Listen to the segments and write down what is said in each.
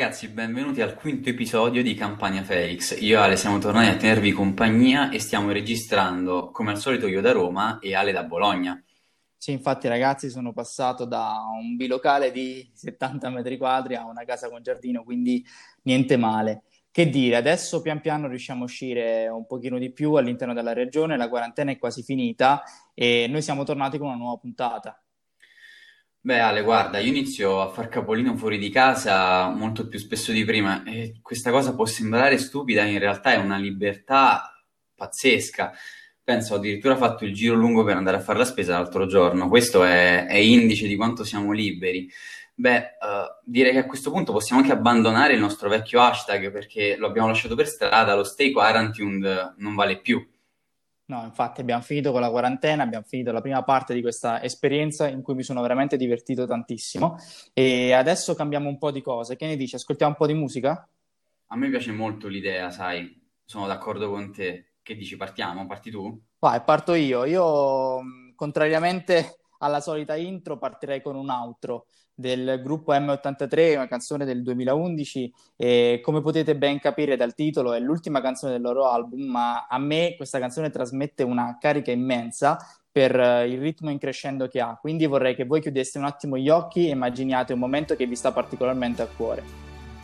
ragazzi, benvenuti al quinto episodio di Campania Felix. Io e Ale siamo tornati a tenervi compagnia e stiamo registrando come al solito io da Roma e Ale da Bologna. Sì, infatti ragazzi sono passato da un bilocale di 70 metri quadri a una casa con giardino, quindi niente male. Che dire, adesso pian piano riusciamo a uscire un pochino di più all'interno della regione, la quarantena è quasi finita e noi siamo tornati con una nuova puntata. Beh, Ale, guarda, io inizio a far capolino fuori di casa molto più spesso di prima e questa cosa può sembrare stupida, in realtà è una libertà pazzesca. Penso, ho addirittura fatto il giro lungo per andare a fare la spesa l'altro giorno. Questo è indice di quanto siamo liberi. Beh, direi che a questo punto possiamo anche abbandonare il nostro vecchio hashtag perché lo abbiamo lasciato per strada, lo stay quarantined non vale più. No, infatti abbiamo finito con la quarantena, abbiamo finito la prima parte di questa esperienza in cui mi sono veramente divertito tantissimo e adesso cambiamo un po' di cose. Che ne dici? Ascoltiamo un po' di musica? A me piace molto l'idea, sai, sono d'accordo con te. Che dici, partiamo? Parti tu? Vai, parto io. Io, contrariamente alla solita intro, partirei con un outro del gruppo M83, una canzone del 2011 e come potete ben capire dal titolo è l'ultima canzone del loro album, ma a me questa canzone trasmette una carica immensa per il ritmo in crescendo che ha. Quindi vorrei che voi chiudeste un attimo gli occhi e immaginiate un momento che vi sta particolarmente a cuore.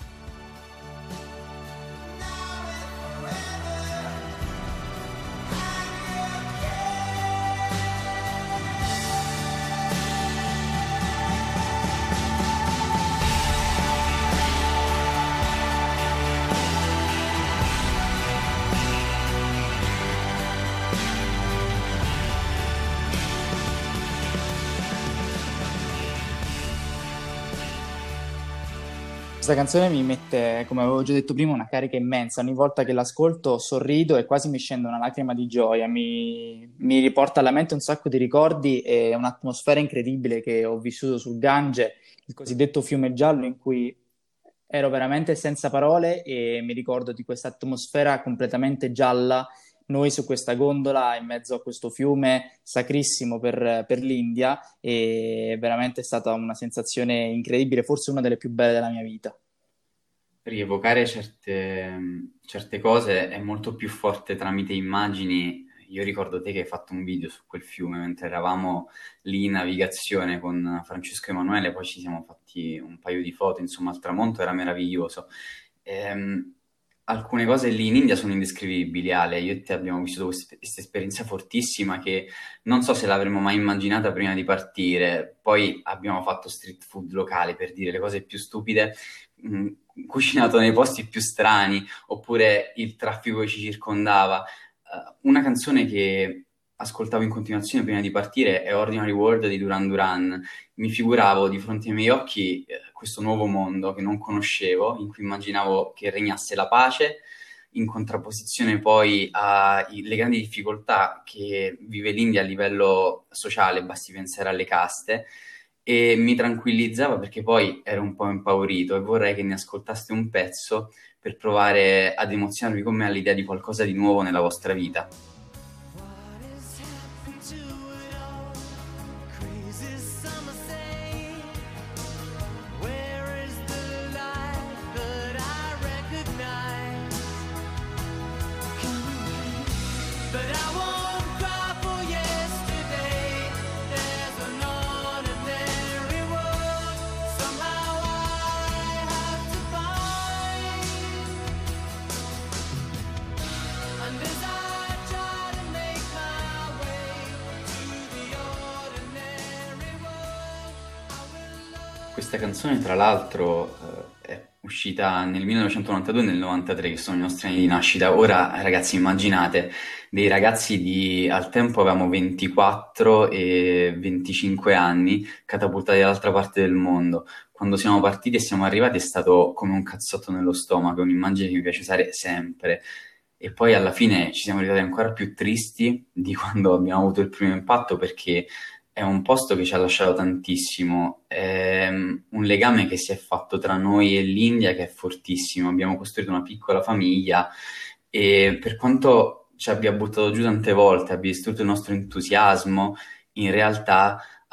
Questa canzone mi mette, come avevo già detto prima, una carica immensa. Ogni volta che l'ascolto sorrido e quasi mi scende una lacrima di gioia. Mi riporta alla mente un sacco di ricordi e un'atmosfera incredibile che ho vissuto sul Gange, il cosiddetto fiume giallo, in cui ero veramente senza parole e mi ricordo di questa atmosfera completamente gialla. Noi su questa gondola in mezzo a questo fiume sacrissimo per l'India e veramente è stata una sensazione incredibile, forse una delle più belle della mia vita. Rievocare certe cose è molto più forte tramite immagini. Io ricordo te che hai fatto un video su quel fiume mentre eravamo lì in navigazione con Francesco Emanuele, poi ci siamo fatti un paio di foto, insomma, al tramonto era meraviglioso. Ehm, Alcune cose lì in India sono indescrivibili, Ale. Io e te abbiamo vissuto questa esperienza fortissima che non so se l'avremmo mai immaginata prima di partire. Poi abbiamo fatto street food locale per dire le cose più stupide, mh, cucinato nei posti più strani, oppure il traffico che ci circondava. Una canzone che ascoltavo in continuazione prima di partire è Ordinary World di Duran Duran. Mi figuravo di fronte ai miei occhi questo nuovo mondo che non conoscevo, in cui immaginavo che regnasse la pace, in contrapposizione poi alle grandi difficoltà che vive l'India a livello sociale, basti pensare alle caste, e mi tranquillizzava perché poi ero un po' impaurito e vorrei che ne ascoltaste un pezzo per provare ad emozionarvi con me all'idea di qualcosa di nuovo nella vostra vita. What has happened to it all? Crazy summer say, where is the light that I recognize? But I won't cry for yesterday. There's an ordinary world. Somehow I have to find. And as I try to make my way to the ordinary world, I will love. Questa canzone, tra l'altro, è uscita nel 1992 e nel 93, che sono i nostri anni di nascita. Ora, ragazzi, immaginate dei ragazzi di, al tempo avevamo 24 e 25 anni, catapultati dall'altra parte del mondo. Quando siamo partiti e siamo arrivati è stato come un cazzotto nello stomaco, è un'immagine che mi piace usare sempre. E poi alla fine ci siamo ritrovati ancora più tristi di quando abbiamo avuto il primo impatto perché è un posto che ci ha lasciato tantissimo, è un legame che si è fatto tra noi e l'India che è fortissimo. Abbiamo costruito una piccola famiglia e per quanto ci abbia buttato giù tante volte, abbia distrutto il nostro entusiasmo, in realtà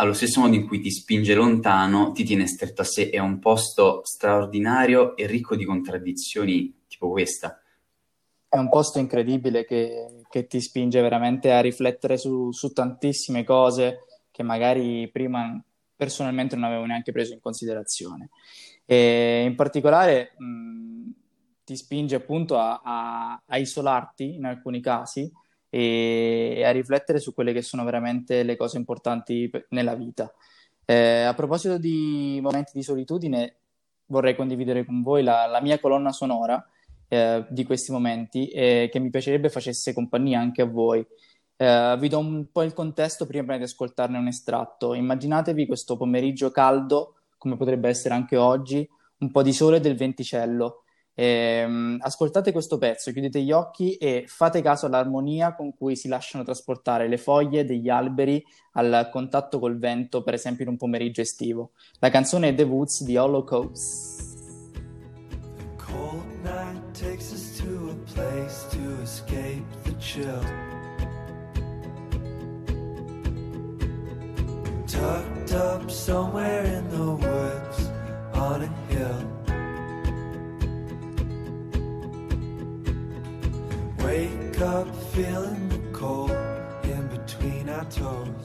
allo stesso modo in cui ti spinge lontano, ti tiene stretto a sé. È un posto straordinario e ricco di contraddizioni, tipo questa. È un posto incredibile che ti spinge veramente a riflettere su tantissime cose che magari prima personalmente non avevo neanche preso in considerazione. E in particolare ti spinge appunto a isolarti in alcuni casi e a riflettere su quelle che sono veramente le cose importanti nella vita. A proposito di momenti di solitudine, vorrei condividere con voi la mia colonna sonora di questi momenti e che mi piacerebbe facesse compagnia anche a voi. Vi do un po' il contesto prima di ascoltarne un estratto. Immaginatevi questo pomeriggio caldo, come potrebbe essere anche oggi, un po' di sole e del venticello. Ascoltate questo pezzo, chiudete gli occhi e fate caso all'armonia con cui si lasciano trasportare le foglie degli alberi al contatto col vento, per esempio in un pomeriggio estivo. La canzone è The Woods di Hollow Coats. Cold night takes us to a place to escape the chill. Tucked up somewhere in the woods on a hill. Wake up feeling the cold in between our toes.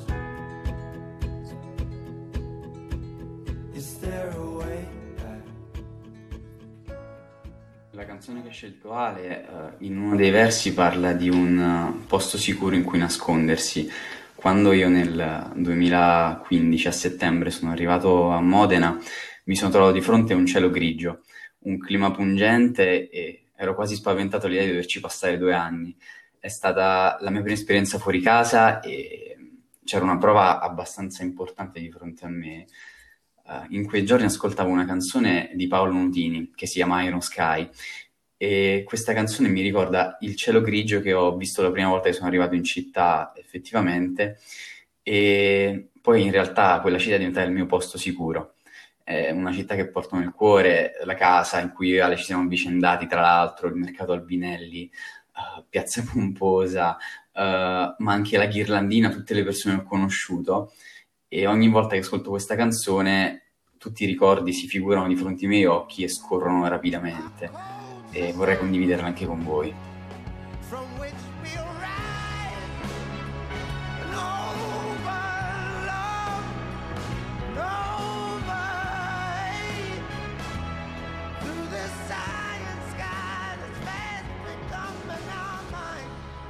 Is there a way back? La canzone che ha scelto Ale, in uno dei versi parla di un posto sicuro in cui nascondersi. Quando io nel 2015 a settembre sono arrivato a Modena, mi sono trovato di fronte a un cielo grigio, un clima pungente e ero quasi spaventato all'idea di doverci passare 2 anni. È stata la mia prima esperienza fuori casa e c'era una prova abbastanza importante di fronte a me. In quei giorni ascoltavo una canzone di Paolo Nutini che si chiama Iron Sky e questa canzone mi ricorda il cielo grigio che ho visto la prima volta che sono arrivato in città effettivamente, e poi in realtà quella città è diventata il mio posto sicuro. È una città che porto nel cuore, la casa in cui io e Ale ci siamo avvicendati, tra l'altro, il mercato Albinelli, Piazza Pomposa, ma anche la Ghirlandina, tutte le persone che ho conosciuto. E ogni volta che ascolto questa canzone tutti i ricordi si figurano di fronte ai miei occhi e scorrono rapidamente e vorrei condividerla anche con voi. From which we'll ride and over love and over hate through the cyan sky that's fast becoming our mind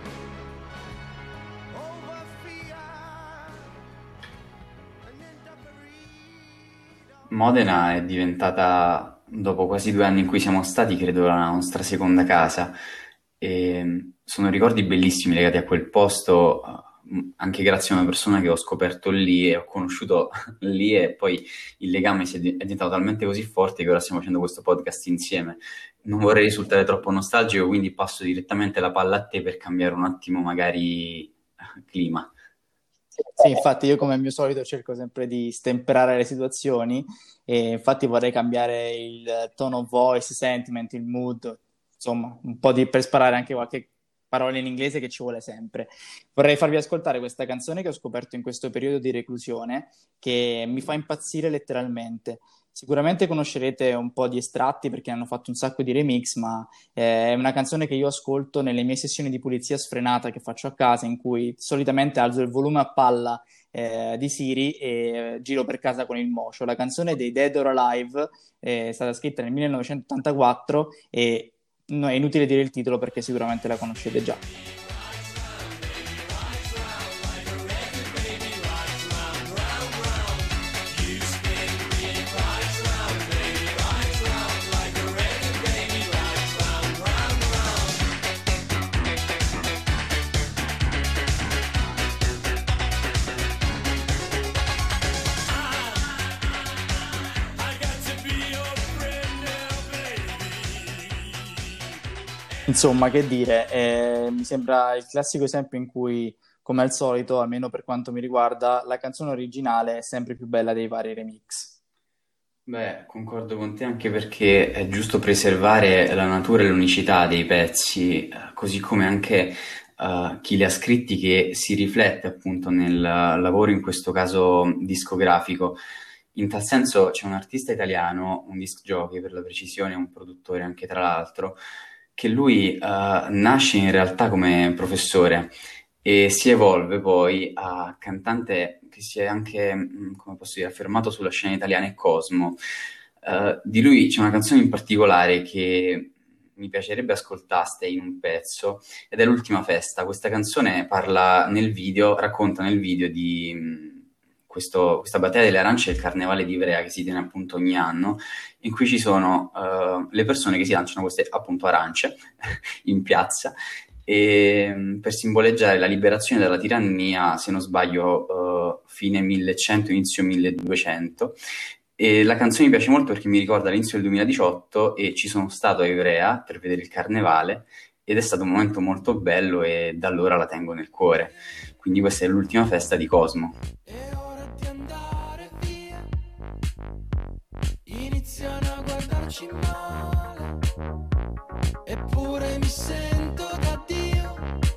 over fear and into freedom. Modena è diventata, dopo quasi 2 anni in cui siamo stati, credo la nostra seconda casa e sono ricordi bellissimi legati a quel posto, anche grazie a una persona che ho scoperto lì e ho conosciuto lì e poi il legame è diventato talmente così forte che ora stiamo facendo questo podcast insieme. Non vorrei risultare troppo nostalgico, quindi passo direttamente la palla a te per cambiare un attimo magari clima. Sì, infatti io come al mio solito cerco sempre di stemperare le situazioni e infatti vorrei cambiare il tone of voice, sentiment, il mood, insomma, un po' per sparare anche qualche parola in inglese che ci vuole sempre. Vorrei farvi ascoltare questa canzone che ho scoperto in questo periodo di reclusione che mi fa impazzire letteralmente. Sicuramente conoscerete un po' di estratti perché hanno fatto un sacco di remix, ma è una canzone che io ascolto nelle mie sessioni di pulizia sfrenata che faccio a casa, in cui solitamente alzo il volume a palla di Siri e giro per casa con il mocio. La canzone dei Dead or Alive è stata scritta nel 1984 e è inutile dire il titolo perché sicuramente la conoscete già. Insomma, che dire, mi sembra il classico esempio in cui, come al solito, almeno per quanto mi riguarda, la canzone originale è sempre più bella dei vari remix. Beh, concordo con te anche perché è giusto preservare la natura e l'unicità dei pezzi, così come anche chi li ha scritti, che si riflette appunto nel lavoro, in questo caso discografico. In tal senso c'è un artista italiano, un disc jockey per la precisione, un produttore anche tra l'altro, che lui nasce in realtà come professore e si evolve poi a cantante che si è anche, come posso dire, affermato sulla scena italiana, è Cosmo. Di lui c'è una canzone in particolare che mi piacerebbe ascoltaste in un pezzo, ed è L'ultima festa. Questa canzone parla nel video, racconta nel video di questa battaglia delle arance del Carnevale di Ivrea, che si tiene appunto ogni anno, in cui ci sono le persone che si lanciano queste appunto arance in piazza, e per simboleggiare la liberazione dalla tirannia, se non sbaglio, fine 1100, inizio 1200. E la canzone mi piace molto perché mi ricorda l'inizio del 2018 e ci sono stato a Ivrea per vedere il carnevale, ed è stato un momento molto bello e da allora la tengo nel cuore. Quindi questa è L'ultima festa di Cosmo. È ora di andare via. Iniziano a guardarci male. Eppure mi sento da Dio.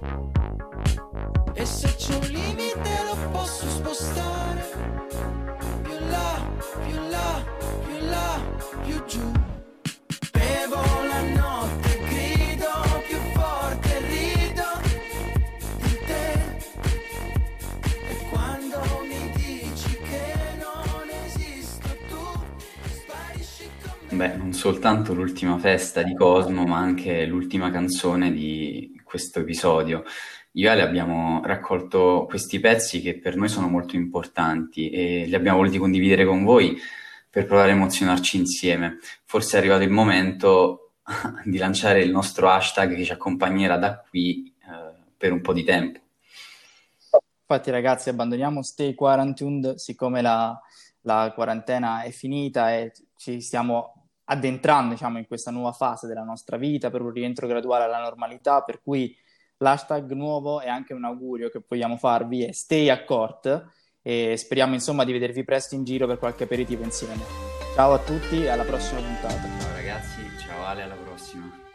E se c'è un limite lo posso spostare. Più là, più là, più là, più giù. Bevo la notte, grido più forte, rido di te. E quando mi dici che non esisto, tu sparisci con me. Beh, non soltanto L'ultima festa di Cosmo, ma anche l'ultima canzone di questo episodio. Io e Ale abbiamo raccolto questi pezzi che per noi sono molto importanti e li abbiamo voluti condividere con voi per provare a emozionarci insieme. Forse è arrivato il momento di lanciare il nostro hashtag che ci accompagnerà da qui per un po' di tempo. Infatti, ragazzi, abbandoniamo Stay Quarantuned, siccome la quarantena è finita e ci stiamo addentrando, diciamo, in questa nuova fase della nostra vita per un rientro graduale alla normalità, per cui l'hashtag nuovo e anche un augurio che vogliamo farvi è Stay a Court, e speriamo insomma di vedervi presto in giro per qualche aperitivo insieme. Ciao a tutti e alla prossima puntata. Ciao ragazzi, ciao Ale, alla prossima.